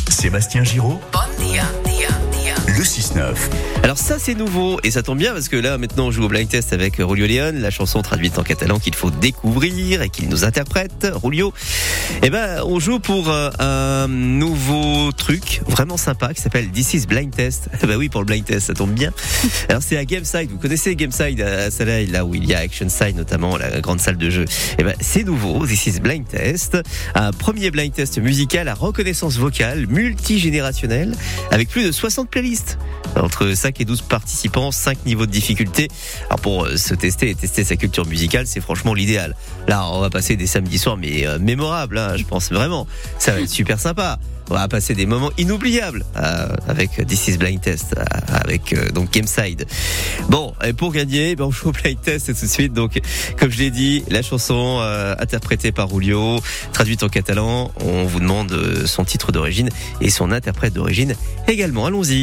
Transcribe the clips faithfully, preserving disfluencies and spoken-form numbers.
Sébastien Giraud. Bon dia, dia, dia. Le six neuf. Alors ça c'est nouveau et ça tombe bien parce que là maintenant on joue au blind test avec Julio León, la chanson traduite en catalan qu'il faut découvrir et qu'il nous interprète. Julio, eh ben on joue pour euh, un nouveau truc vraiment sympa qui s'appelle This is Blind Test. Bah oui, pour le blind test ça tombe bien. Alors c'est à Gameside, vous connaissez Gameside à Soleil, là où il y a Action Side notamment, la grande salle de jeu. Eh ben c'est nouveau, This is Blind Test, un premier blind test musical à reconnaissance vocale multigénérationnelle avec plus de soixante playlists. Entre cinq et douze participants, cinq niveaux de difficulté. Alors pour se tester et tester sa culture musicale, c'est franchement l'idéal. Là, on va passer des samedis soirs, mais euh, mémorables, hein, je pense vraiment. Ça va être super sympa. On va passer des moments inoubliables euh, avec This is Blind Test, euh, avec euh, donc Gameside. Bon, et pour gagner, ben on joue au Blind Test tout de suite. Donc, comme je l'ai dit, la chanson euh, interprétée par Julio, traduite en catalan. On vous demande euh, son titre d'origine et son interprète d'origine également. Allons-y.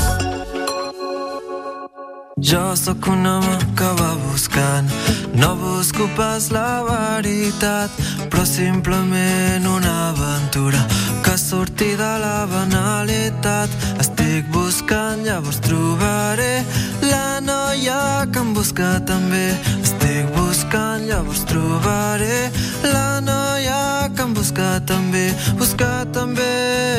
Jo sóc un home que va buscant, no busco pas la veritat, però simplement una aventura que surti de la banalitat. Estic buscant, llavors trobaré la noia que em busca també. Estic buscant, llavors trobaré la noia que em busca també. Busca també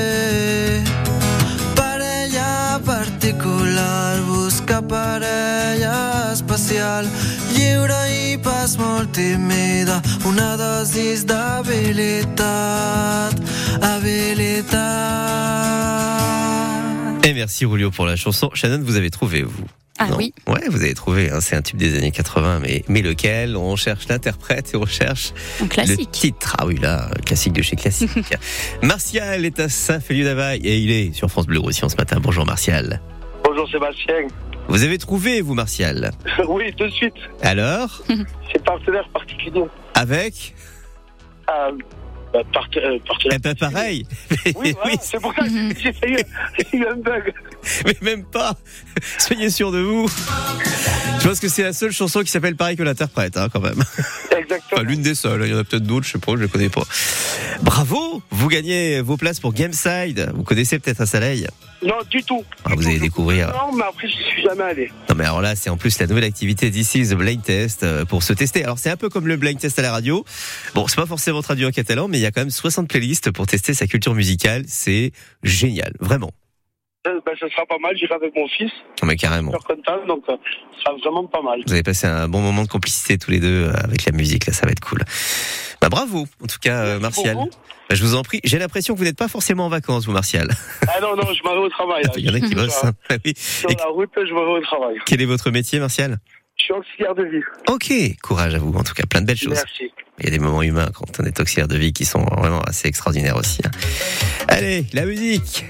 parella particular, busca parella especial, lliure i pas molt tímida, una dosis d'habilitat, habilitat. Et merci Julio pour la chanson. Shannon, vous avez trouvé, vous? Ah non? oui. Ouais, vous avez trouvé, hein, c'est un tube des années quatre-vingts, mais, mais lequel? On cherche l'interprète et on cherche Un classique. le titre. Ah oui, là, classique de chez classique. Martial est à Saint-Féliu-d'Availle et il est sur France Bleu Roussillon ce matin. Bonjour Martial. Bonjour Sébastien. Vous avez trouvé, vous Martial? Oui, tout de suite. Alors? C'est partenaire particulier. Avec? Euh, bah, part, euh, partenaire. Eh ben pareil. Oui, voilà, c'est pour ça que j'ai failli, j'ai eu un bug. Mais même pas. Soyez sûr de vous. Je pense que c'est la seule chanson qui s'appelle pareil que l'interprète, hein, quand même. Exactement. Enfin, l'une des seules. Il y en a peut-être d'autres, je sais pas, je les connais pas. Bravo, vous gagnez vos places pour Gameside. Vous connaissez peut-être à Soleil? Non, du tout. Ah, vous allez découvrir. Non, mais après, je suis jamais allé. Non, mais alors là, c'est en plus la nouvelle activité This is the Blind Test euh, pour se tester. Alors, c'est un peu comme le blind test à la radio. Bon, c'est pas forcément traduit en catalan, mais il y a quand même soixante playlists pour tester sa culture musicale. C'est génial, vraiment. Euh, ben, ça sera pas mal, j'irai avec mon fils. Non, mais carrément. Je suis content, donc euh, ça sera vraiment pas mal. Vous avez passé un bon moment de complicité tous les deux euh, avec la musique, là, ça va être cool. Bah, bravo, en tout cas, euh, Martial. Beaucoup. Bah, je vous en prie. J'ai l'impression que vous n'êtes pas forcément en vacances, vous, Martial. Ah non, non, je m'en vais au travail. Là. Il y en a qui bossent. Hein. Ah oui. Sur Et la route, je m'en vais au travail. quel est votre métier, Martial? Je suis auxiliaire de vie. Ok, courage à vous. En tout cas, plein de belles choses. Merci. Il y a des moments humains quand on est auxiliaire de vie qui sont vraiment assez extraordinaires aussi. Hein. Allez, la musique.